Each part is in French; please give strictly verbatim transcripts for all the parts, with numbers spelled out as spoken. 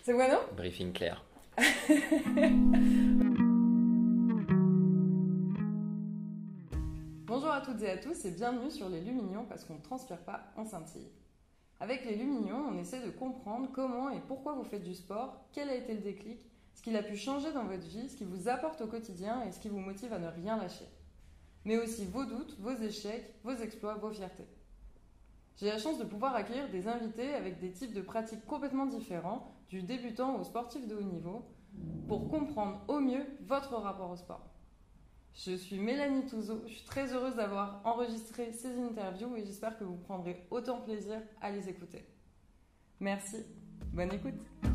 C'est bueno? Briefing clair. Bonjour à toutes et à tous et bienvenue sur les Lumignons parce qu'on ne transpire pas, on scintille. Avec les Lumignons, on essaie de comprendre comment et pourquoi vous faites du sport, quel a été le déclic, ce qu'il a pu changer dans votre vie, ce qui vous apporte au quotidien et ce qui vous motive à ne rien lâcher. Mais aussi vos doutes, vos échecs, vos exploits, vos fiertés. J'ai la chance de pouvoir accueillir des invités avec des types de pratiques complètement différents, du débutant au sportif de haut niveau, pour comprendre au mieux votre rapport au sport. Je suis Mélanie Touzeau, je suis très heureuse d'avoir enregistré ces interviews et j'espère que vous prendrez autant plaisir à les écouter. Merci, bonne écoute. Euh,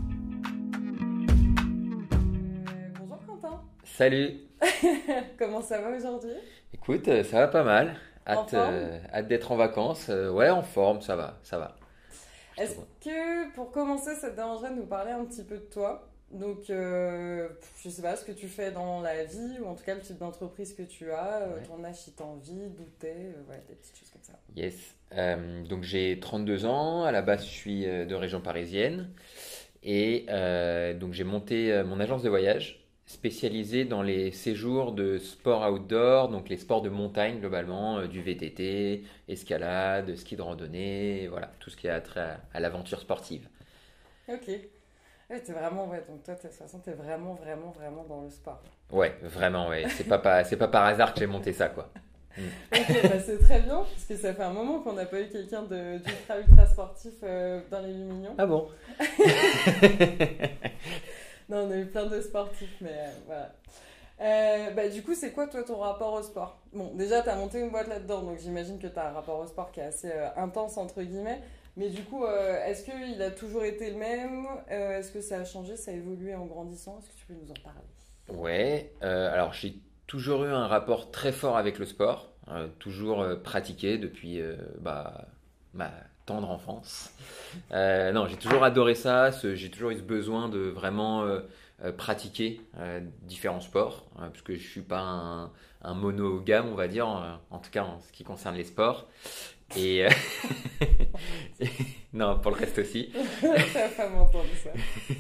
bonjour Quentin. Salut. Comment ça va aujourd'hui? Écoute, euh, ça va pas mal. En Hâte, forme euh, hâte d'être en vacances. Euh, ouais, en forme, ça va, ça va. Est-ce que pour commencer, ça te dérangerait de nous parler un petit peu de toi? Donc, euh, je sais pas ce que tu fais dans la vie, ou en tout cas le type d'entreprise que tu as, euh, Ouais. ton âge si t'as envie, d'où t'es, euh, ouais, des petites choses comme ça. Yes. Euh, donc j'ai trente-deux ans. À la base, je suis euh, de région parisienne. Et euh, donc j'ai monté euh, mon agence de voyage spécialisée dans les séjours de sport outdoor, donc les sports de montagne globalement, euh, du V T T, escalade, ski de randonnée, voilà, tout ce qui a trait à, à l'aventure sportive. Ok. Ouais, t'es vraiment, ouais, donc toi, t'es- de toute façon, t'es vraiment, vraiment, vraiment dans le sport. Ouais, vraiment, ouais. C'est pas, pas- c'est pas par hasard que j'ai monté ça, quoi. Mm. Ok, bah c'est très bien, parce que ça fait un moment qu'on n'a pas eu quelqu'un de- d'ultra, ultra sportif euh, dans les Lumignons. Ah bon? Non, on a eu plein de sportifs, mais euh, voilà. Euh, bah, du coup, c'est quoi, toi, ton rapport au sport? Bon, déjà, t'as monté une boîte là-dedans, donc j'imagine que t'as un rapport au sport qui est assez euh, intense, entre guillemets. Mais du coup, euh, est-ce qu'il a toujours été le même? Euh, Est-ce que ça a changé, ça a évolué en grandissant? Est-ce que tu peux nous en parler? Ouais, euh, alors j'ai toujours eu un rapport très fort avec le sport, euh, toujours euh, pratiqué depuis euh, bah, ma tendre enfance. Euh, non, j'ai toujours adoré ça, ce- j'ai toujours eu ce besoin de vraiment euh, euh, pratiquer euh, différents sports, euh, parce que je suis pas un, un monogame, on va dire, en, en tout cas en ce qui concerne les sports. Et euh, non, pour le reste aussi. Ta femme a entendu ça.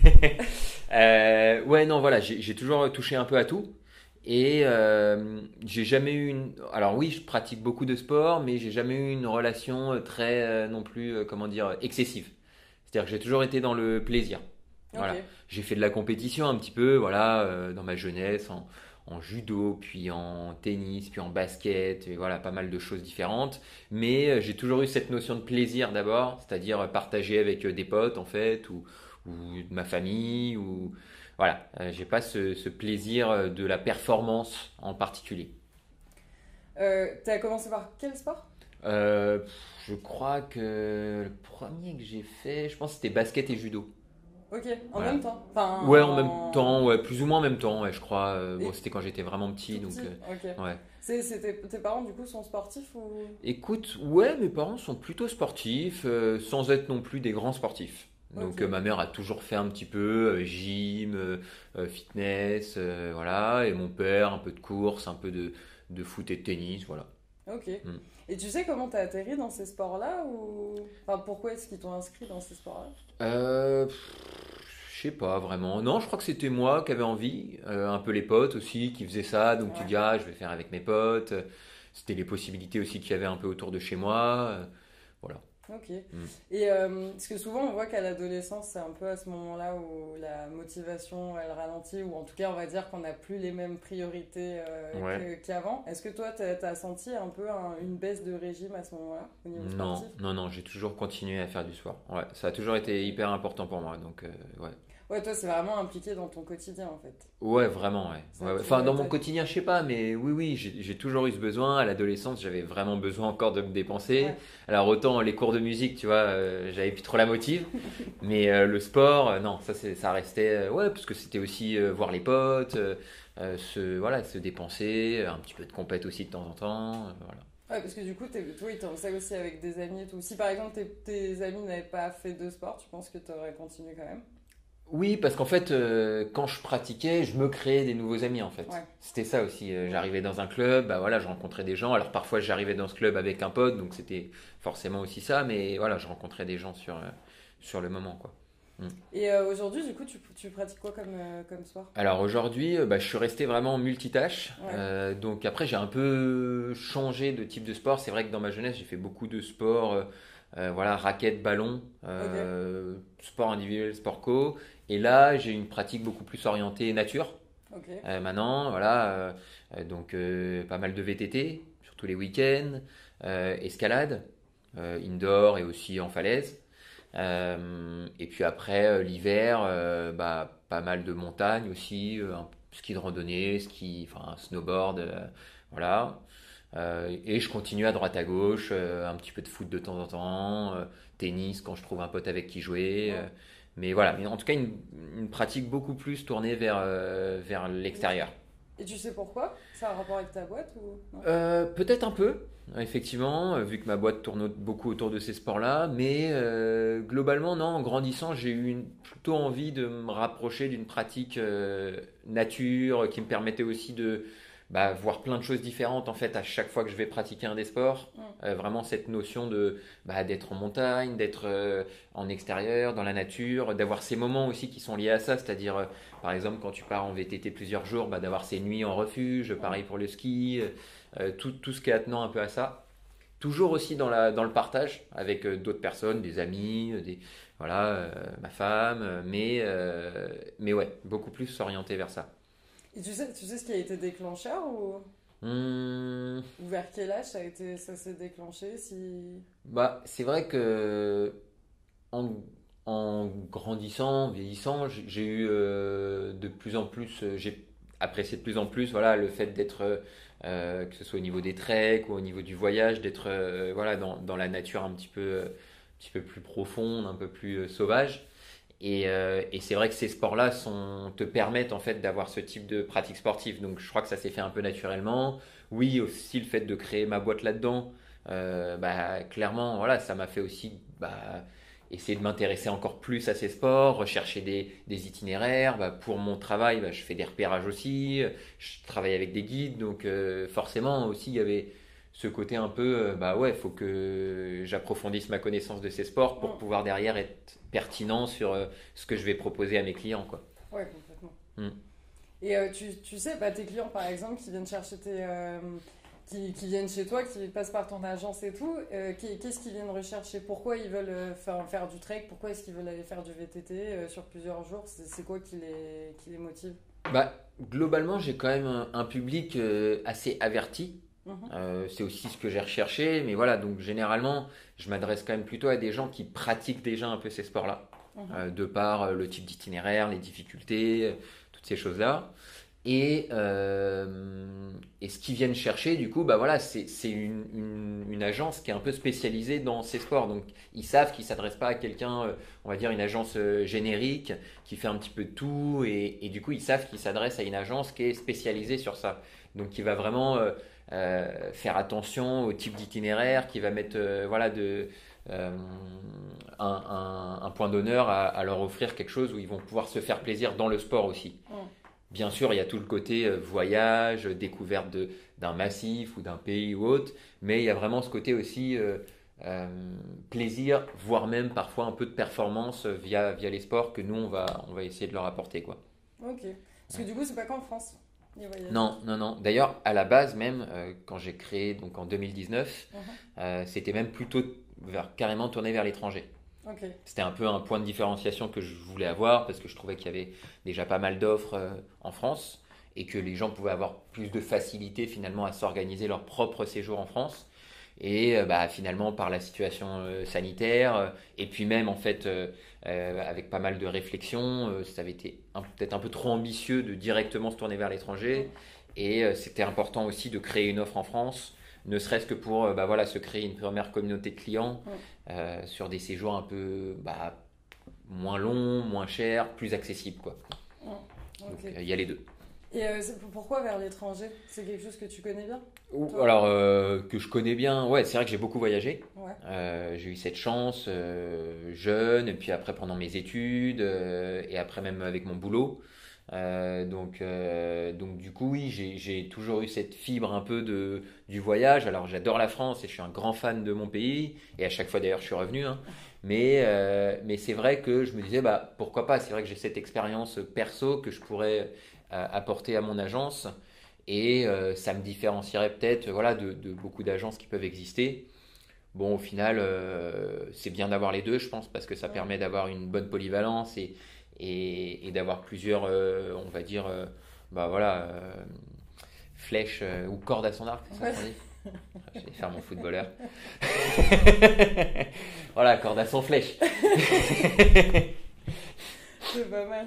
Euh, ouais, non, voilà, j'ai j'ai toujours touché un peu à tout. Et euh, j'ai jamais eu une. Alors oui, je pratique beaucoup de sport, mais j'ai jamais eu une relation euh, très euh, non plus, euh, comment dire, excessive. C'est-à-dire que j'ai toujours été dans le plaisir. Ok. Voilà. J'ai fait de la compétition un petit peu, voilà, euh, dans ma jeunesse, en, en judo, puis en tennis, puis en basket, et voilà, pas mal de choses différentes. Mais euh, j'ai toujours eu cette notion de plaisir d'abord, c'est-à-dire partager avec euh, des potes en fait, ou, ou de ma famille, ou voilà, euh, j'ai pas ce, ce plaisir euh, de la performance en particulier. Euh, t'as commencé par quel sport? Euh, pff, je crois que le premier que j'ai fait, je pense que c'était basket et judo. Ok, en Voilà. même temps. Enfin, Ouais, en même en... temps, ouais, plus ou moins en même temps, ouais, je crois. Euh, bon, Et c'était quand j'étais vraiment petit, tout donc petit. Ok. euh, ouais. C'est, c'est tes, tes parents, du coup, sont sportifs ou... Écoute, ouais, mes parents sont plutôt sportifs, euh, sans être non plus des grands sportifs. Donc Ok. euh, ma mère a toujours fait un petit peu euh, gym, euh, euh, fitness, euh, voilà, et mon père un peu de course, un peu de, de foot et de tennis, voilà. Ok. Mm. Et tu sais comment t'as atterri dans ces sports-là ou... Enfin, pourquoi est-ce qu'ils t'ont inscrit dans ces sports-là? Euh, pff, je sais pas vraiment. Non, je crois que c'était moi qui avais envie, euh, un peu les potes aussi qui faisaient ça, donc tu Ouais. dis ah je vais faire avec mes potes. C'était les possibilités aussi qu'il y avait un peu autour de chez moi, euh, voilà. Ok. Mm. Et euh, parce que souvent on voit qu'à l'adolescence, c'est un peu à ce moment-là où la motivation elle ralentit, ou en tout cas on va dire qu'on n'a plus les mêmes priorités Ouais. euh, que- qu'avant. Est-ce que toi t'as, t'as senti un peu un- une baisse de régime à ce moment-là au niveau Non, sportif? non, non, j'ai toujours continué à faire du sport. Ouais, ça a toujours été hyper important pour moi, donc euh, ouais. Ouais, toi c'est vraiment impliqué dans ton quotidien en fait. Ouais, vraiment, ouais. Ça Ouais, a ouais. toujours Enfin, dans mon été. quotidien, je sais pas, mais oui, oui, j'ai j'ai toujours eu ce besoin. À l'adolescence, j'avais vraiment besoin encore de me dépenser. Ouais. Alors, autant les cours de musique, tu vois, euh, j'avais plus trop la motive. Mais euh, le sport, euh, non, ça, c'est- ça restait. Euh, ouais, parce que c'était aussi euh, voir les potes, euh, euh, se, voilà, se dépenser, euh, un petit peu de compète aussi de temps en temps. Euh, voilà. Ouais, parce que du coup, t'es, toi, ils t'ont ça aussi avec des amis et tout. Si par exemple tes, tes amis n'avaient pas fait de sport, tu penses que t'aurais continué quand même? Oui, parce qu'en fait, euh, quand je pratiquais, je me créais des nouveaux amis en fait. Ouais. C'était ça aussi. Euh, J'arrivais dans un club, bah voilà, je rencontrais des gens. Alors parfois, j'arrivais dans ce club avec un pote, donc c'était forcément aussi ça. Mais voilà, je rencontrais des gens sur, euh, sur le moment, quoi. Mm. Et euh, aujourd'hui, du coup, tu, tu pratiques quoi comme, euh, comme sport? Alors aujourd'hui, euh, bah, je suis resté vraiment multitâche. Ouais. Euh, donc après, j'ai un peu changé de type de sport. C'est vrai que dans ma jeunesse, j'ai fait beaucoup de sports, euh, euh, voilà, raquettes, ballon, Ok. euh, sport individuel, sport co. Et là, j'ai une pratique beaucoup plus orientée nature. Ok. Euh, maintenant, voilà, euh, euh, donc euh, pas mal de V T T, surtout les week-ends, euh, escalade, euh, indoor et aussi en falaise. Euh, et puis après, euh, l'hiver, euh, bah, pas mal de montagne aussi, euh, un ski de randonnée, ski, enfin snowboard, euh, voilà. Euh, et je continue à droite à gauche, euh, un petit peu de foot de temps en temps, euh, tennis quand je trouve un pote avec qui jouer. Ouais. euh, mais voilà, mais en tout cas, une, une pratique beaucoup plus tournée vers, euh, vers l'extérieur. Et tu sais pourquoi? Ça a un rapport avec ta boîte ou non? Euh, peut-être un peu, effectivement, euh, vu que ma boîte tourne au- beaucoup autour de ces sports-là, mais euh, globalement, non, en grandissant, j'ai eu une- plutôt envie de me rapprocher d'une pratique euh, nature qui me permettait aussi de bah, voir plein de choses différentes en fait à chaque fois que je vais pratiquer un des sports. Mm. Euh, vraiment cette notion de bah, d'être en montagne, d'être euh, en extérieur, dans la nature, d'avoir ces moments aussi qui sont liés à ça, c'est-à-dire euh, par exemple quand tu pars en V T T plusieurs jours, bah, d'avoir ces nuits en refuge, Mm. pareil pour le ski, euh, tout, tout ce qui est attenant un peu à ça. Toujours aussi dans, la, dans le partage avec euh, d'autres personnes, des amis, euh, des, voilà, euh, ma femme, euh, mais, euh, mais ouais, beaucoup plus s'orienter vers ça. Et tu sais, tu sais ce qui a été déclencheur ou, Hum, ou vers quel âge ça a été, ça s'est déclenché si... bah, c'est vrai que en, en grandissant, vieillissant, j'ai j'ai eu euh, de plus en plus, euh, j'ai apprécié de plus en plus, voilà, le fait d'être, euh, que ce soit au niveau des treks ou au niveau du voyage, d'être, euh, voilà, dans, dans la nature un petit peu, euh, un petit peu plus profonde, un peu plus euh, sauvage. Et, euh, et c'est vrai que ces sports-là sont, te permettent en fait d'avoir ce type de pratique sportive. Donc je crois que ça s'est fait un peu naturellement. Oui, aussi le fait de créer ma boîte là-dedans, euh, bah, clairement, voilà, ça m'a fait aussi bah, essayer de m'intéresser encore plus à ces sports, rechercher des, des itinéraires. Bah, pour mon travail, bah, je fais des repérages aussi, je travaille avec des guides, donc euh, forcément aussi il y avait ce côté un peu, euh, bah ouais, il faut que j'approfondisse ma connaissance de ces sports pour Mm. pouvoir derrière être pertinent sur euh, ce que je vais proposer à mes clients, quoi. Ouais, complètement. Mm. Et euh, tu, tu sais, bah, tes clients par exemple qui viennent chercher tes, euh, qui, qui viennent chez toi, qui passent par ton agence et tout, euh, qui- qu'est-ce qu'ils viennent rechercher? Pourquoi ils veulent euh, faire, faire du trek? Pourquoi est-ce qu'ils veulent aller faire du V T T euh, sur plusieurs jours? C'est c'est quoi qui les, qui les motive? Bah, globalement, j'ai quand même un, un public euh, assez averti. Mhm. Euh, c'est aussi ce que j'ai recherché, mais voilà, donc généralement, je m'adresse quand même plutôt à des gens qui pratiquent déjà un peu ces sports-là, Mhm. euh, de par euh, le type d'itinéraire, les difficultés, euh, toutes ces choses-là. Et, euh, et ce qu'ils viennent chercher, du coup, bah voilà, c'est c'est une, une- une agence qui est un peu spécialisée dans ces sports. Donc, ils savent qu'ils ne s'adressent pas à quelqu'un, euh, on va dire une agence euh, générique qui fait un petit peu de tout. Et, et du coup, ils savent qu'ils s'adressent à une agence qui est spécialisée sur ça. Donc, qui va vraiment euh, euh, faire attention au type d'itinéraire, qui va mettre euh, voilà, de, euh, un, un- un point d'honneur à, à leur offrir quelque chose où ils vont pouvoir se faire plaisir dans le sport aussi. Mhm. Bien sûr, il y a tout le côté euh, voyage, découverte de- d'un massif ou d'un pays ou autre, mais il y a vraiment ce côté aussi euh, euh, plaisir, voire même parfois un peu de performance euh, via, via les sports que nous, on va, on va essayer de leur apporter, quoi. Ok. Parce que du coup, c'est pas qu'en France, les voyages. Non, non, non. D'ailleurs, à la base même, euh, quand j'ai créé donc en deux mille dix-neuf, Mhm. euh, c'était même plutôt vers, carrément tourné vers l'étranger. Ok. C'était un peu un point de différenciation que je voulais avoir parce que je trouvais qu'il y avait déjà pas mal d'offres euh, en France et que les gens pouvaient avoir plus de facilité finalement à s'organiser leur propre séjour en France. Et euh, bah, finalement, par la situation euh, sanitaire, euh, et puis même en fait, euh, euh, avec pas mal de réflexions, euh, ça avait été un- peut-être un peu trop ambitieux de directement se tourner vers l'étranger. Et euh, c'était important aussi de créer une offre en France, ne serait-ce que pour euh, bah, voilà, se créer une première communauté de clients Ouais. euh, sur des séjours un peu bah, moins longs, moins chers, plus accessibles, quoi. Mhm. Donc Ok. euh, il y a les deux. Et euh, c'est- pourquoi vers l'étranger? C'est quelque chose que tu connais bien? Ou- Toi? Alors, euh, que je connais bien, ouais, c'est vrai que j'ai beaucoup voyagé. Ouais. Euh, j'ai eu cette chance euh, jeune, et puis après pendant mes études, euh, et après même avec mon boulot. Euh, donc, euh, donc du coup, oui, j'ai, j'ai toujours eu cette fibre un peu de, du voyage. Alors j'adore la France et je suis un grand fan de mon pays. Et à chaque fois d'ailleurs, je suis revenu. Hein. Mais, euh, mais c'est vrai que je me disais, bah, pourquoi pas? C'est vrai que j'ai cette expérience perso que je pourrais euh, apporter à mon agence. Et euh, ça me différencierait peut-être voilà, de, de beaucoup d'agences qui peuvent exister. Bon, au final, euh, c'est bien d'avoir les deux, je pense, parce que ça Ouais. permet d'avoir une bonne polyvalence et, et, et d'avoir plusieurs, euh, on va dire, euh, bah voilà, euh, flèches euh, ou cordes à son arc, c'est ça Ouais. qu'on dit? Je vais faire mon footballeur. Voilà, corde à son flèche. C'est pas mal.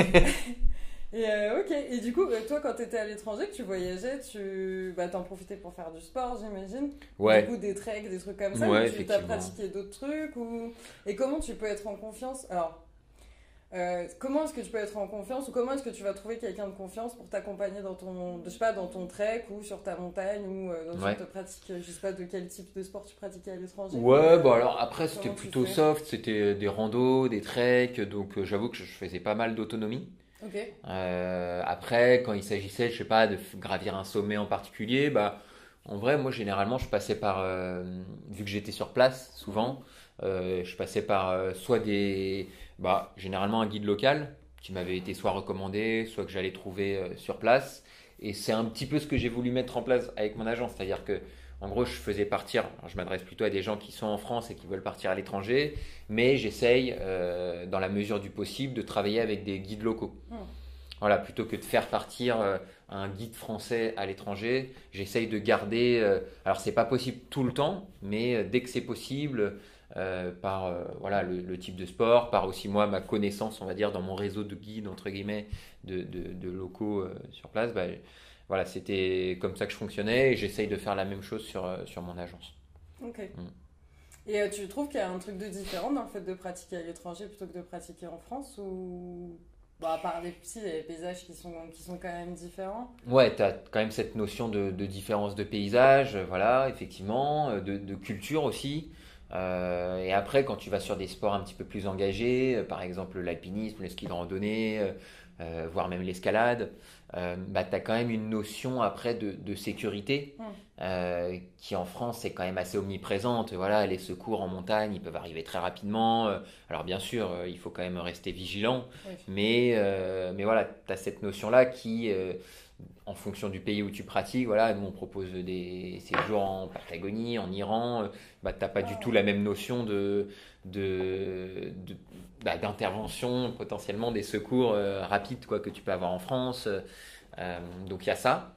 Et euh, ok, et du coup, euh, toi quand tu étais à l'étranger, que tu voyageais, tu bah, t'en profitais pour faire du sport, j'imagine. Du Ouais, coup, des treks, des trucs comme ça, ou ouais, tu t'as effectivement. pratiqué d'autres trucs ou... Et comment tu peux être en confiance? Alors, euh, comment est-ce que tu peux être en confiance ou comment est-ce que tu vas trouver quelqu'un de confiance pour t'accompagner dans ton, je sais pas, dans ton trek ou sur ta montagne ou euh, dans Ouais. une pratique, je sais pas de quel type de sport tu pratiquais à l'étranger, mais Ouais, euh, bon alors après c'était comment tu plutôt fais? soft, c'était des randos, des treks, donc euh, j'avoue que je faisais pas mal d'autonomie. Ok. Euh, après, quand il s'agissait, je sais pas, de f- gravir un sommet en particulier, bah, en vrai, moi, généralement, je passais par, euh, vu que j'étais sur place Mhm. souvent, euh, je passais par euh, soit des, bah, généralement un guide local qui m'avait été soit recommandé, soit que j'allais trouver euh, sur place. Et c'est un petit peu ce que j'ai voulu mettre en place avec mon agence, c'est-à-dire que, en gros, je faisais partir, alors je m'adresse plutôt à des gens qui sont en France et qui veulent partir à l'étranger, mais j'essaye, euh, dans la mesure du possible, de travailler avec des guides locaux. Mhm. Voilà, plutôt que de faire partir euh, un guide français à l'étranger, j'essaye de garder. Euh, alors, c'est pas possible tout le temps, mais euh, dès que c'est possible, euh, par euh, voilà le, le type de sport, par aussi moi ma connaissance, on va dire, dans mon réseau de guides entre guillemets de, de- de locaux euh, sur place. Bah, voilà, c'était comme ça que je fonctionnais et j'essaye de faire la même chose sur euh, sur mon agence. Ok. Mm. Et euh, tu trouves qu'il y a un truc de différent dans le fait de pratiquer à l'étranger plutôt que de pratiquer en France ou bon, à part les, si, les paysages qui sont, qui sont quand même différents. Ouais, tu as quand même cette notion de, de différence de paysage, euh, voilà, effectivement, euh, de, de culture aussi. Euh, et après, quand tu vas sur des sports un petit peu plus engagés, euh, par exemple l'alpinisme, le ski de randonnée, euh, euh, voire même l'escalade, euh, bah, tu as quand même une notion après de, de sécurité Hmm. euh, qui en France est quand même assez omniprésente. Voilà, les secours en montagne, ils peuvent arriver très rapidement. Euh, Alors bien sûr, euh, il faut quand même rester vigilant, Oui. mais, euh, mais voilà, tu as cette notion-là qui, euh, en fonction du pays où tu pratiques, voilà, nous on propose des séjours en Patagonie, en Iran, euh, bah, t'as pas du tout Ah, la même notion de, de, de- bah, d'intervention, potentiellement des secours euh, rapides quoi, que tu peux avoir en France. Euh, donc il y a ça.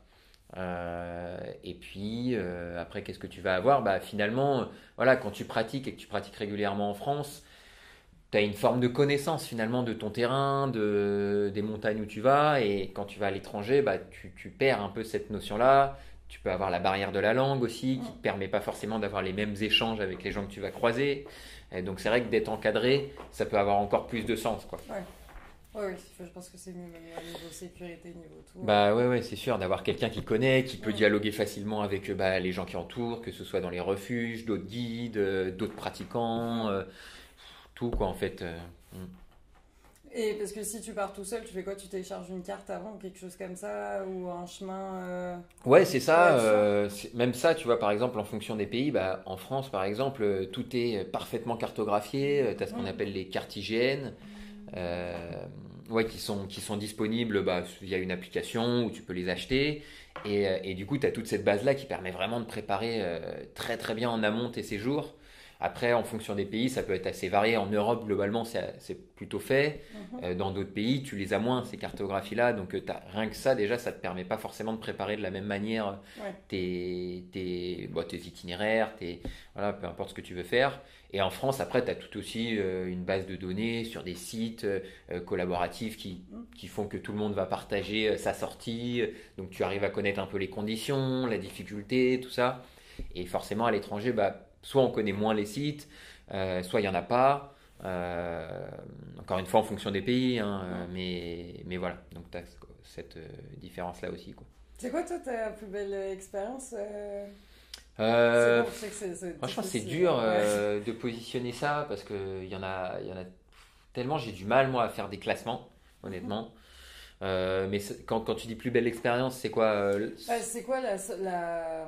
Euh, et puis euh, après, qu'est-ce que tu vas avoir? Bah, finalement, euh, voilà, quand tu pratiques et que tu pratiques régulièrement en France, tu as une forme de connaissance finalement de ton terrain, de, des montagnes où tu vas, et quand tu vas à l'étranger, bah, tu, tu perds un peu cette notion-là. Tu peux avoir la barrière de la langue aussi, qui ne te hmm. permet pas forcément d'avoir les mêmes échanges avec les gens que tu vas croiser. Et donc c'est vrai que d'être encadré, ça peut avoir encore plus de sens, quoi. Ouais. Ouais, oui, je pense que c'est mieux même au niveau sécurité, niveau tout. euh. Bah ouais, ouais, c'est sûr, d'avoir quelqu'un qui connaît, qui peut Hmm. dialoguer facilement avec euh, bah, les gens qui entourent, que ce soit dans les refuges, d'autres guides, euh, d'autres pratiquants, Hmm. euh, tout quoi en fait. euh. Mm. Et parce que si tu pars tout seul, tu fais quoi? Tu télécharges une carte avant ou quelque chose comme ça ou un chemin euh, Ouais, c'est pour ça. être sûr? Euh, c'est- même ça, tu vois, par exemple, en fonction des pays, bah, en France, par exemple, euh, tout est parfaitement cartographié. Tu as ce qu'on Hmm. appelle les cartes I G N, euh, ouais, qui sont, qui sont disponibles bah, via une application où tu peux les acheter. Et, euh, et du coup, tu as toute cette base-là qui permet vraiment de préparer euh, très très bien en amont tes séjours. Après, en fonction des pays, ça peut être assez varié. En Europe, globalement, c'est c'est plutôt fait. Mhm. Euh, dans d'autres pays, tu les as moins, ces cartographies-là. Donc, euh, t'as- rien que ça, déjà, ça te permet pas forcément de préparer de la même manière Ouais. tes, tes, bon, tes itinéraires, tes, voilà, peu importe ce que tu veux faire. Et en France, après, tu as tout aussi euh, une base de données sur des sites euh, euh, collaboratifs qui, Hmm. qui font que tout le monde va partager euh, sa sortie. Donc, tu arrives à connaître un peu les conditions, la difficulté, tout ça. Et forcément, à l'étranger, bah, soit on connaît moins les sites, euh, soit il n'y en a pas. Euh, encore une fois, en fonction des pays, hein, euh, Hmm. mais, mais voilà. Donc, tu as cette euh, différence-là aussi, quoi. C'est quoi toi ta plus belle expérience euh, C'est Euh, bon, je sais que c'est c'est Franchement, c'est difficile. dur Ouais. euh, de positionner ça parce que il y en a, il y en a tellement. J'ai du mal moi à faire des classements, Mhm. honnêtement. Euh, mais quand, quand tu dis plus belle expérience, c'est quoi euh, ah, c'est quoi la, la,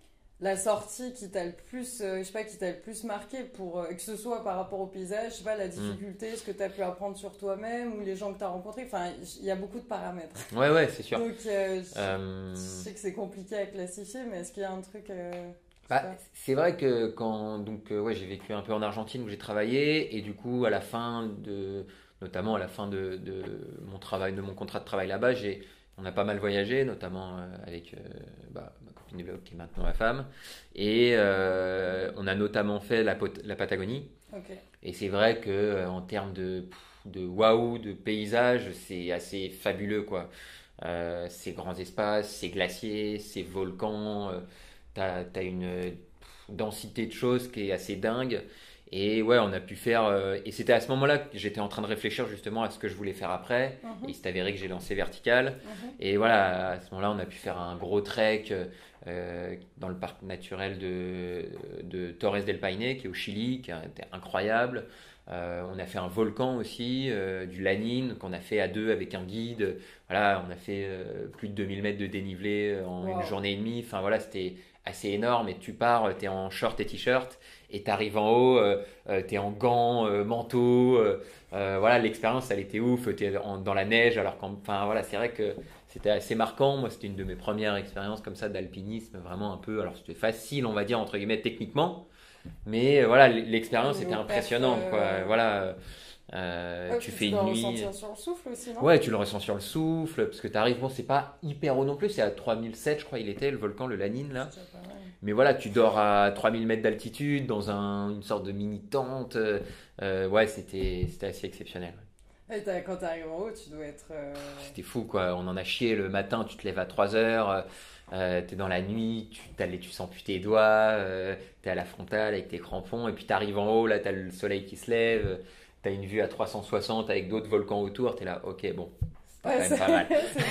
la sortie qui t'a le plus, euh, je sais pas, qui t'a le plus marqué pour euh, que ce soit par rapport au paysage, je sais pas, la difficulté, mm. ce que tu as pu apprendre sur toi-même ou les gens que tu as rencontrés. Enfin, il y a beaucoup de paramètres. Ouais, ouais, c'est sûr. Donc, euh, je, euh... je sais que c'est compliqué à classifier, mais est-ce qu'il y a un truc euh, bah, c'est vrai que quand donc euh, ouais, j'ai vécu un peu en Argentine où j'ai travaillé et du coup à la fin de notamment à la fin de, de mon travail de mon contrat de travail là-bas, j'ai on a pas mal voyagé, notamment euh, avec euh, bah, ma copine de l'époque qui est maintenant ma femme. Et euh, on a notamment fait la, la Patagonie. Okay. Et c'est vrai que euh, en termes de, de waouh, de paysage, c'est assez fabuleux, quoi. Euh, ces grands espaces, ces glaciers, ces volcans, euh, t'as, t'as une densité de choses qui est assez dingue. Et ouais, on a pu faire. Euh, et c'était à ce moment-là que j'étais en train de réfléchir justement à ce que je voulais faire après. Uh-huh. Et il s'est avéré que j'ai lancé Vertical. Uh-huh. Et voilà, à ce moment-là, on a pu faire un gros trek euh, dans le parc naturel de, de Torres del Paine, qui est au Chili, qui était incroyable. Euh, on a fait un volcan aussi, euh, du Lanín, qu'on a fait à deux avec un guide. Voilà, on a fait euh, plus de deux mille mètres de dénivelé en wow. une journée et demie. Enfin voilà, c'était assez énorme. Et tu pars, tu es en short et t-shirt. Et t'arrives en haut, euh, euh, t'es en gants, euh, manteau, euh, euh, voilà, l'expérience elle était ouf, t'es en, dans la neige, alors enfin voilà, c'est vrai que c'était assez marquant. Moi, c'était une de mes premières expériences comme ça d'alpinisme, vraiment un peu, alors c'était facile, on va dire entre guillemets techniquement, mais euh, voilà, l'expérience était impressionnante, euh... quoi. Voilà. Euh, ouais, tu fais tu une le nuit. Ressentir sur le souffle aussi, non? Ouais, tu le ressens sur le souffle, parce que tu arrives, bon, c'est pas hyper haut non plus, c'est à trois mille sept, je crois, il était, le volcan, le Lanín, là. Mais voilà, tu dors à trois mille mètres d'altitude, dans un, une sorte de mini-tente. Euh, ouais, c'était, c'était assez exceptionnel. Et quand tu arrives en haut, tu dois être. Euh... C'était fou, quoi. On en a chié le matin, tu te lèves à trois heures, euh, tu es dans la nuit, tu, tu sens plus tes doigts, euh, tu es à la frontale avec tes crampons, et puis tu arrives en haut, là, tu as le soleil qui se lève. T'as une vue à trois cent soixante avec d'autres volcans autour, t'es là, ok, bon, c'est ouais, quand même pas mal.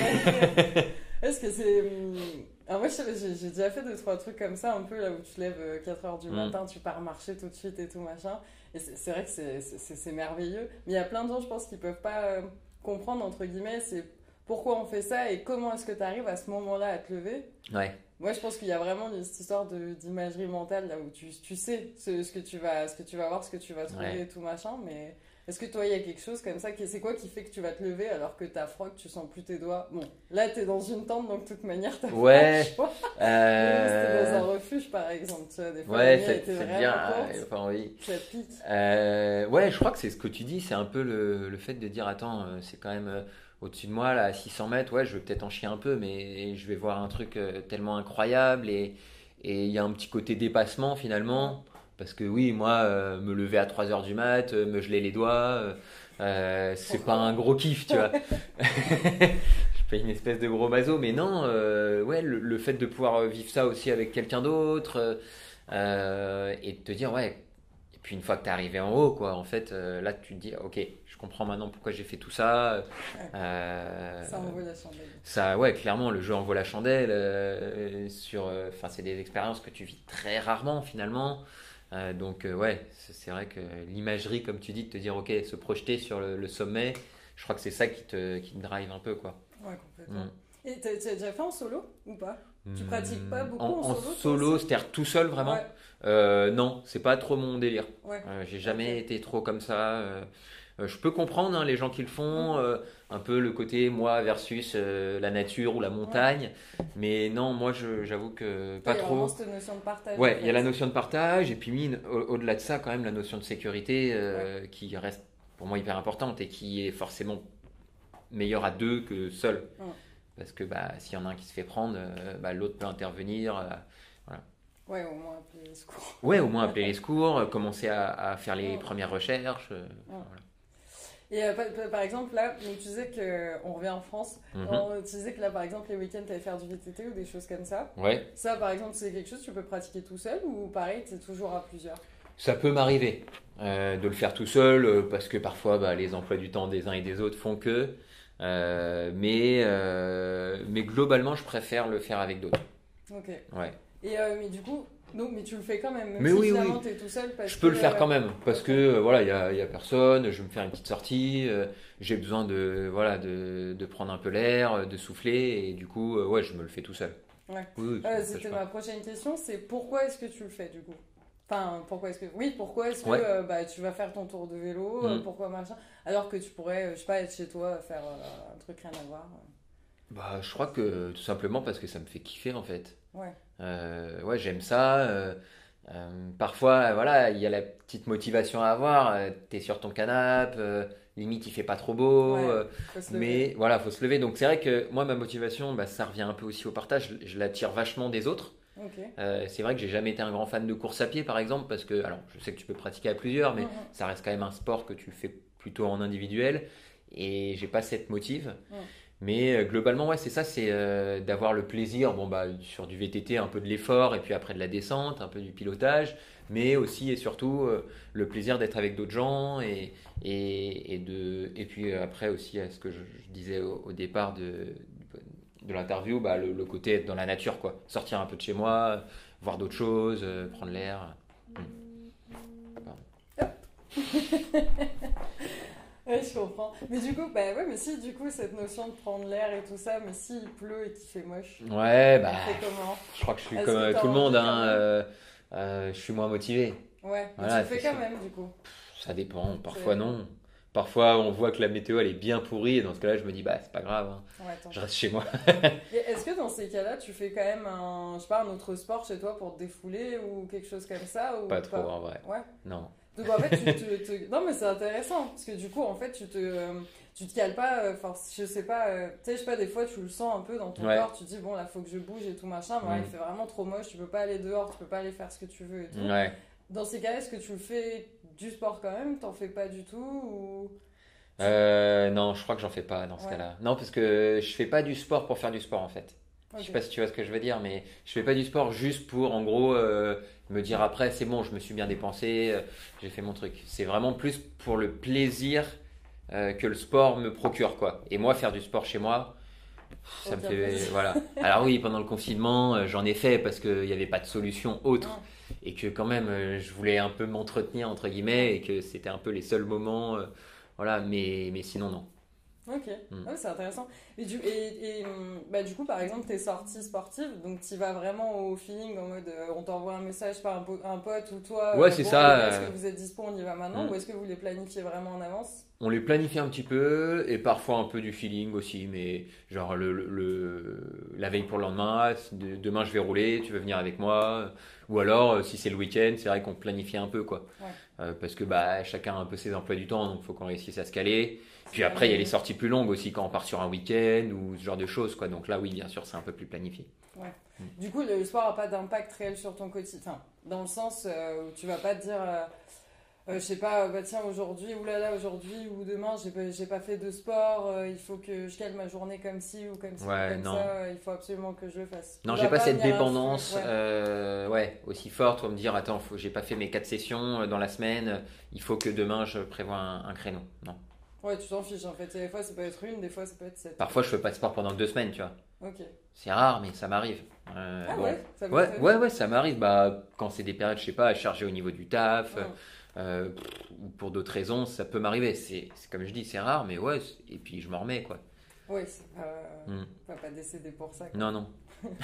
Est-ce que c'est. Alors, moi, j'ai, j'ai déjà fait deux, trois trucs comme ça, un peu là où tu te lèves quatre heures du mm. matin, tu pars marcher tout de suite et tout machin. Et c'est, c'est vrai que c'est, c'est, c'est merveilleux. Mais il y a plein de gens, je pense, qui peuvent pas euh, comprendre, entre guillemets, c'est pourquoi on fait ça et comment est-ce que tu arrives à ce moment-là à te lever. Ouais. Moi, je pense qu'il y a vraiment cette histoire de, d'imagerie mentale là où tu, tu sais ce, ce, que tu vas, ce que tu vas voir, ce que tu vas trouver ouais. et tout machin. Mais est-ce que toi, il y a quelque chose comme ça? C'est quoi qui fait que tu vas te lever alors que t'as froid, que tu sens plus tes doigts? Bon, là, t'es dans une tente, donc de toute manière, t'as ouais. pas le choix. Euh... C'était dans un refuge, par exemple. Tu vois, des fois, ouais, la ça, était c'est vraiment bien. courte. Euh, enfin, oui. Ça pique. Euh... Ouais, je crois que c'est ce que tu dis. C'est un peu le, le fait de dire, attends, c'est quand même... Euh, au-dessus de moi, là, à six cents mètres, ouais, je vais peut-être en chier un peu, mais je vais voir un truc euh, tellement incroyable et il y a un petit côté dépassement finalement. Parce que oui, moi, euh, me lever à trois heures du mat, euh, me geler les doigts, euh, c'est pas un gros kiff, tu vois. Je fais une espèce de gros maso, mais non, euh, ouais, le, le fait de pouvoir vivre ça aussi avec quelqu'un d'autre euh, et de te dire, ouais. Et puis une fois que tu es arrivé en haut, quoi, en fait, euh, là, tu te dis, ok, je comprends maintenant pourquoi j'ai fait tout ça. Ouais. Euh, ça envoie la chandelle. Ça, ouais, clairement, le jeu envoie la chandelle. Euh, sur, enfin, c'est des expériences que tu vis très rarement finalement. Euh, donc, euh, ouais, c'est, c'est vrai que l'imagerie, comme tu dis, de te dire, ok, se projeter sur le, le sommet, je crois que c'est ça qui te, qui te drive un peu, quoi. Ouais, complètement. Mm. Et tu as déjà fait en solo ou pas? Tu pratiques pas beaucoup en, en, en solo? En solo, c'est-à-dire tout seul vraiment ouais. euh, Non, c'est pas trop mon délire. Ouais. Euh, j'ai jamais okay. été trop comme ça. Euh, euh, je peux comprendre hein, les gens qui le font, euh, un peu le côté moi versus euh, la nature ou la montagne. Ouais. Mais non, moi je, j'avoue que pas il y a trop. Il y a cette notion de partage. Ouais, il en fait. y a la notion de partage et puis mine, au, au-delà de ça, quand même la notion de sécurité euh, ouais. qui reste pour moi hyper importante et qui est forcément meilleure à deux que seul. Ouais. Parce que bah, s'il y en a un qui se fait prendre, euh, bah, l'autre peut intervenir. Euh, voilà. Ouais, au moins appeler les secours. Ouais, au moins appeler les secours, euh, commencer à, à faire les ouais. premières recherches. Euh, ouais. Voilà. Et euh, par, par exemple, là, donc, tu disais qu'on revient en France. Mm-hmm. On, tu disais que là, par exemple, les week-ends, tu allais faire du V T T ou des choses comme ça. Ouais. Ça, par exemple, c'est quelque chose que tu peux pratiquer tout seul ou pareil, tu es toujours à plusieurs? Ça peut m'arriver euh, de le faire tout seul euh, parce que parfois, bah, les emplois du temps des uns et des autres font que. Euh, mais, euh, mais globalement, je préfère le faire avec d'autres. Ok. Ouais. Et euh, mais du coup, Donc, mais tu le fais quand même, même Mais si oui, finalement oui. t'es tout seul parce Je peux que... le faire euh, quand même parce ok. que euh, voilà, il y a, il y a personne, je vais me faire une petite sortie, euh, j'ai besoin de voilà de, de prendre un peu l'air, euh, de souffler et du coup euh, ouais, je me le fais tout seul. Ouais. Oui, oui, ça Euh, m'empêche c'était pas. ma prochaine question, c'est pourquoi est-ce que tu le fais du coup? Enfin, pourquoi est-ce que... Oui, pourquoi est-ce que Ouais. euh, bah, tu vas faire ton tour de vélo, euh, Mm. pourquoi machin, alors que tu pourrais, euh, je sais pas, être chez toi, faire euh, un truc rien à voir. Bah, je crois que tout simplement parce que ça me fait kiffer en fait. euh. Ouais, Euh, ouais, j'aime ça. euh, euh, parfois, voilà, il y a la petite motivation à avoir. Euh, t'es sur ton canapé, euh, limite il fait pas trop beau, ouais, euh, faut se lever. mais voilà, faut se lever. Donc c'est vrai que moi, ma motivation, bah, ça revient un peu aussi au partage. Je, je la tire vachement des autres. Ok. Euh, c'est vrai que j'ai jamais été un grand fan de course à pied, par exemple, parce que, alors, je sais que tu peux pratiquer à plusieurs, mais Mhm, ça reste quand même un sport que tu fais plutôt en individuel, et j'ai pas cette motive. mhm. Mais euh, globalement, ouais, c'est ça, c'est euh, d'avoir le plaisir, bon, bah, sur du V T T, un peu de l'effort, et puis après de la descente, un peu du pilotage, mais aussi et surtout euh, le plaisir d'être avec d'autres gens, et, et, et de, et puis euh, après aussi, à ce que je, je disais au, au départ de, de l'interview, bah, le, le côté être dans la nature, quoi. Sortir un peu de chez moi, voir d'autres choses, euh, prendre l'air. Ouais, je comprends. Mais du coup, bah ouais, mais si, du coup, cette notion de prendre l'air et tout ça, mais s'il pleut et qu'il fait moche, Ouais, bah, on fait comment? je crois que je suis Est-ce comme que euh, t'as tout le monde, envie quand hein, même? euh, euh, je suis moins motivé. Ouais, mais tu Voilà, le fais c'est quand ça. même, du coup. Ça dépend, parfois C'est... non. Parfois on voit que la météo elle est bien pourrie et dans ce cas-là je me dis bah c'est pas grave, hein. Ouais, tant Je pis. reste chez moi. Et est-ce que dans ces cas-là, tu fais quand même un, je sais pas, un autre sport chez toi pour te défouler ou quelque chose comme ça ou Pas trop pas? en vrai. Ouais. Non. Donc en fait, tu te, te- non mais c'est intéressant parce que du coup, en fait, tu te, euh, tu te cales pas. euh, Enfin, je sais pas. euh, Tu sais, je sais pas. Des fois, tu le sens un peu dans ton Ouais. corps. Tu te dis bon, là, faut que je bouge et tout machin. Mais ouais, il Mm. fait vraiment trop moche. Tu peux pas aller dehors. Tu peux pas aller faire ce que tu veux et tout. Ouais. Dans ces cas-là, est-ce que tu le fais du sport quand même? T'en fais pas du tout ou tu... Euh, non, je crois que j'en fais pas dans ce Ouais. cas-là. Non, parce que je fais pas du sport pour faire du sport en fait. Je sais Ok. pas si tu vois ce que je veux dire, mais je fais pas du sport juste pour en gros euh, me dire après c'est bon, je me suis bien dépensé, euh, j'ai fait mon truc. C'est vraiment plus pour le plaisir euh, que le sport me procure quoi. Et moi faire du sport chez moi, ça me Aucun fait plaisir. voilà. Alors oui, pendant le confinement, euh, j'en ai fait parce qu'il n'y avait pas de solution autre Ouais. et que quand même euh, je voulais un peu m'entretenir entre guillemets et que c'était un peu les seuls moments, euh, voilà. Mais mais sinon non. Ok, Mm. ouais, c'est intéressant. Et du, et, et, hum, bah, du coup, par exemple, tes sorties sportives, donc tu vas vraiment au feeling en mode euh, on t'envoie un message par un, po- un pote ou toi, Ouais, euh, c'est bon, ça. les gars, est-ce euh, que vous êtes dispo, on y va maintenant, mm. ou est-ce que vous les planifiez vraiment en avance? On les planifie un petit peu et parfois un peu du feeling aussi, mais genre le, le- le- la veille pour le lendemain, de- demain je vais rouler, tu veux venir avec moi, ou alors euh, si c'est le week-end, c'est vrai qu'on planifie un peu quoi. Ouais, Euh, parce que bah, chacun a un peu ses emplois du temps, donc il faut qu'on réussisse à se caler. c'est Puis après, il y a les jamais- sorties plus longues aussi quand on part sur un week-end ou ce genre de choses quoi. Donc là, oui, bien sûr, c'est un peu plus planifié. ouais. Du coup, le sport n'a pas d'impact réel sur ton quotidien, enfin, dans le sens euh, où tu vas pas te dire. euh, Euh, je sais pas, bah tiens, aujourd'hui, oulala, aujourd'hui ou demain, j'ai pas, j'ai pas fait de sport, euh, il faut que je cale ma journée comme ci ou comme ci ou Ouais, comme non. ça, euh, il faut absolument que je le fasse. Non, Il j'ai va pas cette venir dépendance influer- ouais. euh, ouais, aussi forte pour me dire attends, faut, j'ai pas fait mes quatre sessions euh, dans la semaine, euh, il faut que demain je prévoie un, un créneau. Non. Ouais, tu t'en fiches en fait. Et des fois, ça peut être une, des fois, ça peut être sept. Parfois, je fais pas de sport pendant deux semaines, tu vois. Ok. C'est rare, mais ça m'arrive. Euh, Ah bon. ouais, ça Ouais, m'étonne. ouais, ouais, ça m'arrive. Bah, quand c'est des périodes, je sais pas, chargées au niveau du taf, Ouais. euh, pff, ou pour d'autres raisons, ça peut m'arriver. C'est, c'est comme je dis, c'est rare, mais ouais. c'est- Et puis je m'en remets, quoi. Ouais, c'est pas. Hmm. Faut pas décéder pour ça. Quoi. Non, non.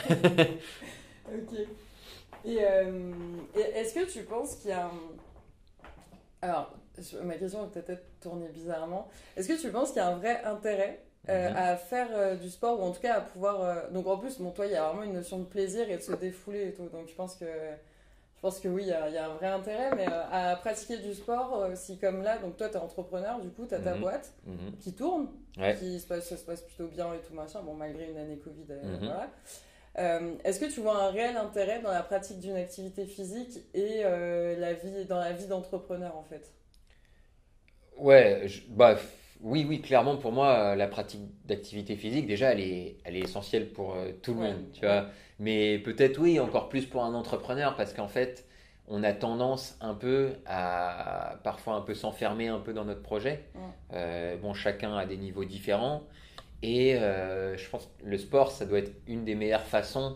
Ok. Et, euh, et est-ce que tu penses qu'il y a un... Alors, je- ma question va peut-être être tournée bizarrement. Est-ce que tu penses qu'il y a un vrai intérêt euh, Mhm. à faire euh, du sport ou en tout cas à pouvoir... euh, Donc en plus, bon, toi, il y a vraiment une notion de plaisir et de se défouler et tout. Donc je pense que, je pense que oui, il y a, il y a un vrai intérêt. Mais euh, à pratiquer du sport, euh, si comme là, donc toi, tu es entrepreneur, du coup, tu as ta Mhm. boîte Mhm. qui tourne, Ouais. qui se passe, ça se passe plutôt bien et tout machin, bon, malgré une année Covid, euh, Mhm. voilà. Euh, est-ce que tu vois un réel intérêt dans la pratique d'une activité physique et euh, la vie, dans la vie d'entrepreneur en fait? Ouais, je- bah, f- oui, oui, clairement, pour moi, euh, la pratique d'activité physique, déjà, elle est, elle est essentielle pour euh, tout le Ouais, monde, tu ouais. vois. Mais peut-être, oui, encore plus pour un entrepreneur, parce qu'en fait, on a tendance un peu à parfois un peu s'enfermer un peu dans notre projet. Ouais. Euh, bon, chacun a des niveaux différents. Et euh, je pense que le sport, ça doit être une des meilleures façons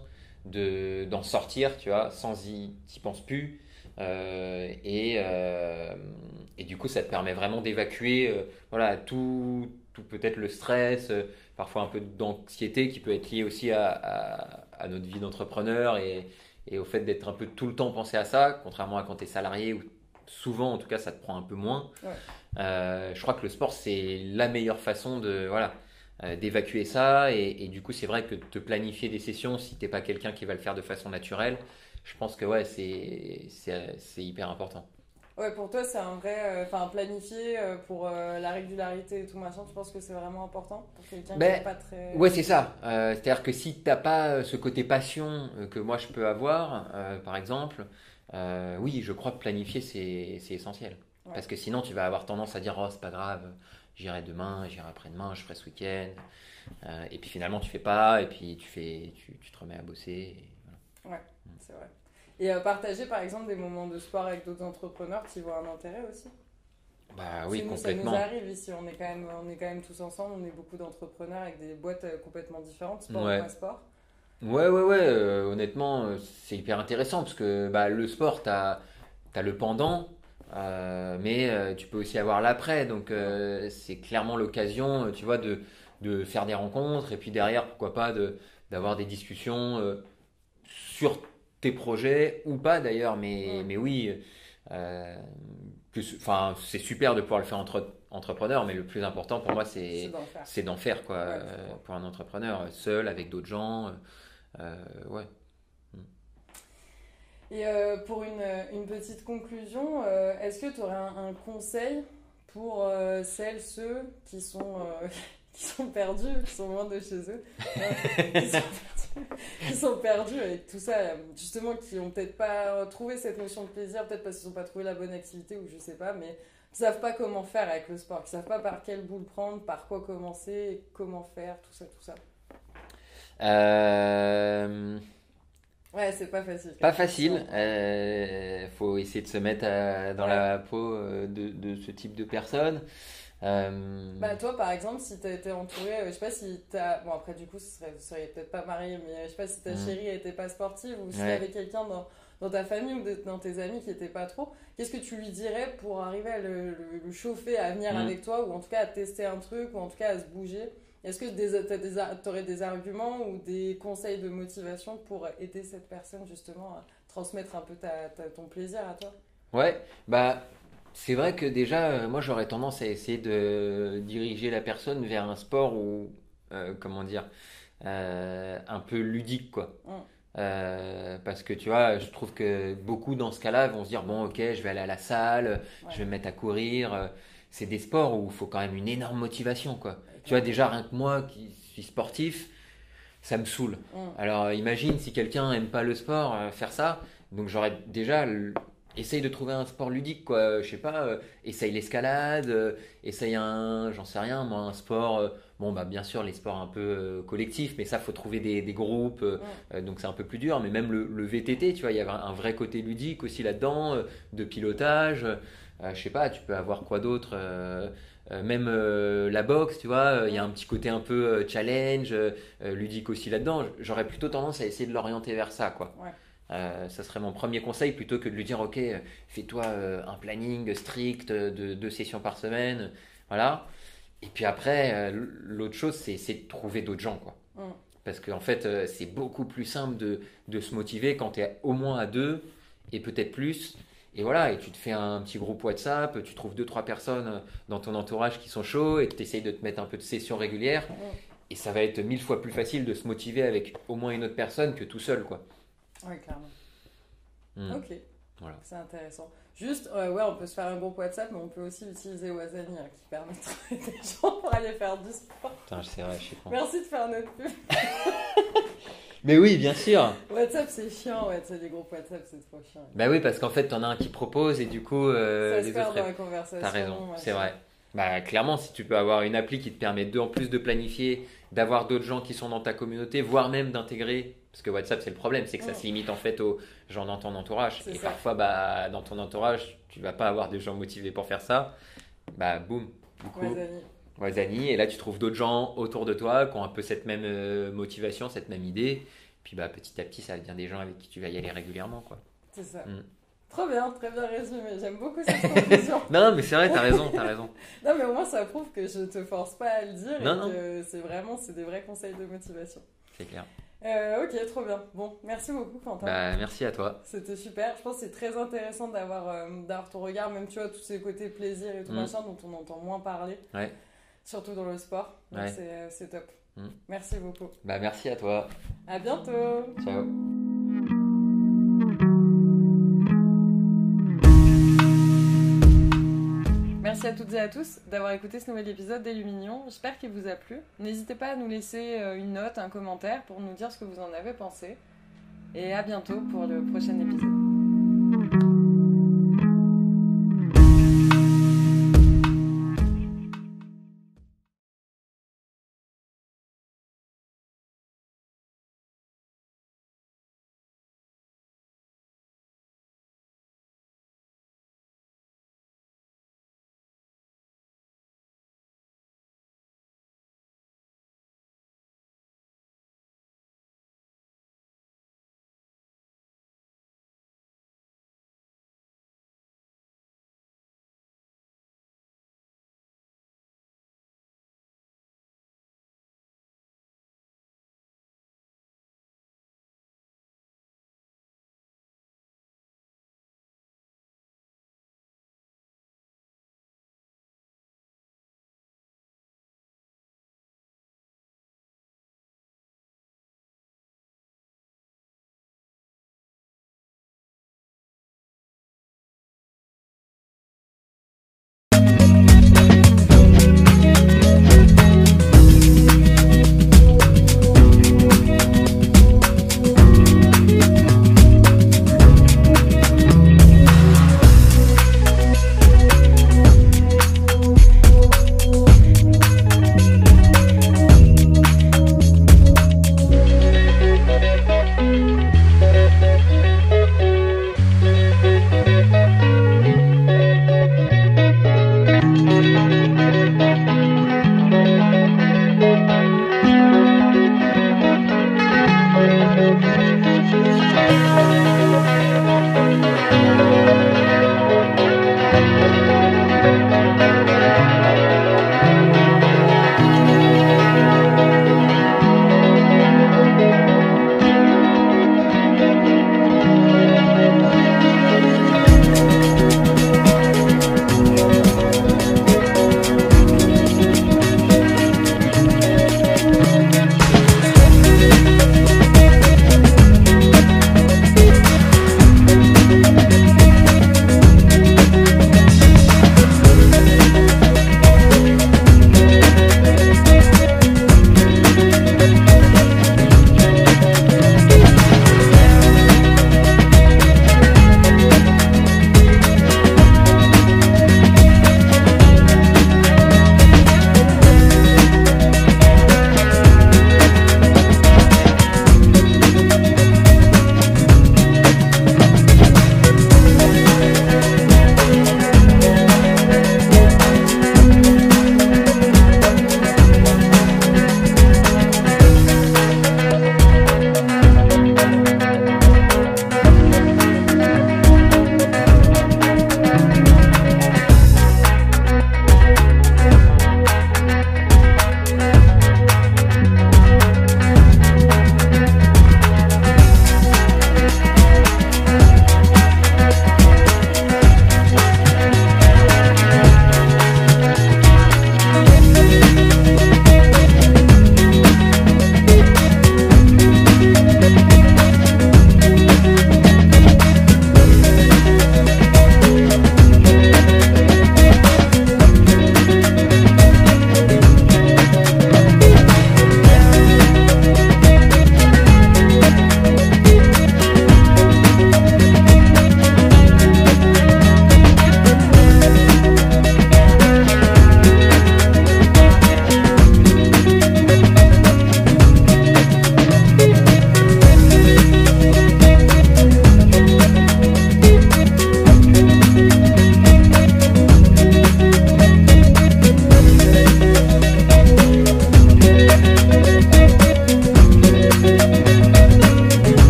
de, d'en sortir, tu vois, sans y, t'y penses plus. Euh, et, euh, et du coup, ça te permet vraiment d'évacuer euh, voilà, tout, tout peut-être le stress, euh, parfois un peu d'anxiété qui peut être lié aussi à, à, à notre vie d'entrepreneur et, et au fait d'être un peu tout le temps pensé à ça, contrairement à quand tu es salarié où souvent, en tout cas, ça te prend un peu moins. Ouais. Euh, je crois que le sport, c'est la meilleure façon de, voilà, euh, d'évacuer ça. Et, et du coup, c'est vrai que te planifier des sessions, si t'es pas quelqu'un qui va le faire de façon naturelle, je pense que ouais, c'est, c'est, c'est hyper important. Ouais, pour toi, c'est un vrai. Enfin, planifier euh, pour euh, la régularité et tout machin, tu penses que c'est vraiment important pour quelqu'un qui Ben, n'est pas très. ouais, c'est ça. Euh, c'est-à-dire que si t'as pas ce côté passion euh, que moi je peux avoir, euh, par exemple, euh, oui, je crois que planifier c'est, c'est essentiel. Ouais. Parce que sinon, tu vas avoir tendance à dire, oh, c'est pas grave, j'irai demain, j'irai après-demain, je ferai ce week-end. Euh, et puis finalement, tu fais pas, et puis tu fais, tu, tu te remets à bosser. Et voilà. Ouais, c'est vrai. Et euh, partager par exemple des moments de sport avec d'autres entrepreneurs qui voient un intérêt aussi. Bah oui, Nous, complètement. ça nous arrive ici, on est, quand même, on est quand même tous ensemble, on est beaucoup d'entrepreneurs avec des boîtes euh, complètement différentes, sport Ouais. ou pas sport. Ouais, ouais, ouais, euh, honnêtement, euh, c'est hyper intéressant parce que bah, le sport, t'as, t'as le pendant, euh, mais euh, tu peux aussi avoir l'après. Donc, euh, c'est clairement l'occasion, euh, tu vois, de, de faire des rencontres et puis derrière, pourquoi pas, de, d'avoir des discussions euh, sur tes projets ou pas d'ailleurs. Mais, Mm. mais oui, euh, que ce- enfin, c'est super de pouvoir le faire entre entrepreneurs, mais le plus important pour moi, C'est c'est, d'en faire. c'est d'en faire, quoi, Ouais, je euh, comprends. pour un entrepreneur, seul, avec d'autres gens. euh, euh, ouais. Et euh, pour une, une petite conclusion, euh, est-ce que tu aurais un, un conseil pour euh, celles, ceux qui sont, euh, qui sont perdus, qui sont loin de chez eux, euh, qui, sont perdus, qui sont perdus avec tout ça, euh, justement, qui n'ont peut-être pas trouvé cette notion de plaisir, peut-être parce qu'ils n'ont pas trouvé la bonne activité ou je sais pas, mais qui ne savent pas comment faire avec le sport, qui ne savent pas par quelle boule prendre, par quoi commencer, comment faire, tout ça, tout ça. Euh, Ouais, c'est pas facile. Pas facile. Euh, faut essayer de se mettre à- dans Ouais. la peau euh, de, de ce type de personnes. Euh, Bah toi par exemple si t'as été entouré, euh, je sais pas si t'as... Bon après du coup ce serait, vous seriez peut-être pas marié mais euh, je sais pas si ta Mhm. chérie était pas sportive ou s'il y Ouais. avait quelqu'un dans, dans ta famille ou de- dans tes amis qui était pas trop, qu'est-ce que tu lui dirais pour arriver à le, le- le chauffer à venir Mhm. avec toi ou en tout cas à tester un truc ou en tout cas à se bouger? Est-ce que des, t'as des, ar- t'aurais des arguments ou des conseils de motivation pour aider cette personne justement à transmettre un peu ta, ta- ton plaisir à toi? Ouais, bah c'est vrai que déjà, euh, moi j'aurais tendance à essayer de diriger la personne vers un sport ou euh, comment dire, euh, un peu ludique quoi. Mm. Euh, parce que tu vois, je trouve que beaucoup dans ce cas-là vont se dire bon, ok, je vais aller à la salle, je vais Ouais. me mettre à courir. Euh, C'est des sports où il faut quand même une énorme motivation quoi. Ouais, Tu vois, clairement. déjà rien que moi qui suis sportif, ça me saoule. Mm. Alors euh, imagine si quelqu'un aime pas le sport, euh, faire ça. Donc j'aurais déjà l- essaye de trouver un sport ludique quoi. Euh, Je sais pas, euh, essaye l'escalade, euh, essaye un, j'en sais rien, moi un sport. euh, bon bah bien sûr les sports un peu euh, collectifs, mais ça faut trouver des, des groupes, euh, Mm. euh, donc c'est un peu plus dur. Mais même le, le V T T, tu vois, il y avait un, un vrai côté ludique aussi là-dedans, euh, de pilotage. Euh, je sais pas, tu peux avoir quoi d'autre. euh, euh, même euh, la boxe, tu vois, euh, il y a un petit côté un peu euh, challenge, euh, euh, ludique aussi là-dedans. J'aurais plutôt tendance à essayer de l'orienter vers ça, quoi. Ouais. Euh, ça serait mon premier conseil plutôt que de lui dire, ok, euh, fais-toi euh, un planning strict de deux sessions par semaine, voilà. Et puis après, euh, l'autre chose, c'est c'est de trouver d'autres gens, quoi. Mm. Parce qu'en fait, euh, c'est beaucoup plus simple de, de se motiver quand tu es au moins à deux et peut-être plus. Et voilà, et tu te fais un petit groupe WhatsApp, tu trouves deux, trois personnes euh, dans ton entourage qui sont chauds et tu essayes de te mettre un peu de session régulière. Mm. Et ça va être mille fois plus facile de se motiver avec au moins une autre personne que tout seul, quoi. Ouais, clairement. Hmm. Ok, Voilà. c'est intéressant. Juste, euh, ouais, on peut se faire un groupe WhatsApp, mais on peut aussi utiliser Wazani hein, qui permet de trouver des gens pour aller faire du sport. Putain, c'est vrai, je sais pas. Merci de faire notre pub. Mais oui, bien sûr. WhatsApp, c'est chiant, ouais, tu sais, les groupes WhatsApp, c'est trop chiant. Bah oui, parce qu'en fait, t'en as un qui propose et du coup, euh, Ça se les perd autres. dans la conversation. T'as raison, machin. c'est vrai. Bah clairement, si tu peux avoir une appli qui te permet de, en plus de planifier, d'avoir d'autres gens qui sont dans ta communauté, voire même d'intégrer, parce que WhatsApp c'est le problème, c'est que ça Mm. se limite en fait aux gens dans ton entourage. C'est Et ça. parfois, bah dans ton entourage, tu vas pas avoir des gens motivés pour faire ça. Bah boum, du coup, Wazani. Wazani, et là tu trouves d'autres gens autour de toi qui ont un peu cette même euh, motivation, cette même idée. Puis bah, petit à petit, ça devient des gens avec qui tu vas y aller régulièrement, quoi. C'est ça. Mm. Trop bien, très bien résumé. J'aime beaucoup cette conclusion. Non, mais c'est vrai, t'as raison, t'as raison. Non, mais au moins, ça prouve que je te force pas à le dire Non, et que c'est vraiment c'est des vrais conseils de motivation. C'est clair. Euh, ok, trop bien. Bon, merci beaucoup, Quentin. Bah, merci à toi. C'était super. Je pense que c'est très intéressant d'avoir euh, d'avoir ton regard, même tu vois, tous ces côtés plaisir et tout Mm. machin dont on entend moins parler, Ouais. surtout dans le sport. Donc Ouais. c'est, c'est top. Mm. Merci beaucoup. Bah, merci à toi. À bientôt. Ciao. Merci à toutes et à tous d'avoir écouté ce nouvel épisode des Luminions. J'espère qu'il vous a plu. N'hésitez pas à nous laisser une note, un commentaire pour nous dire ce que vous en avez pensé. Et à bientôt pour le prochain épisode.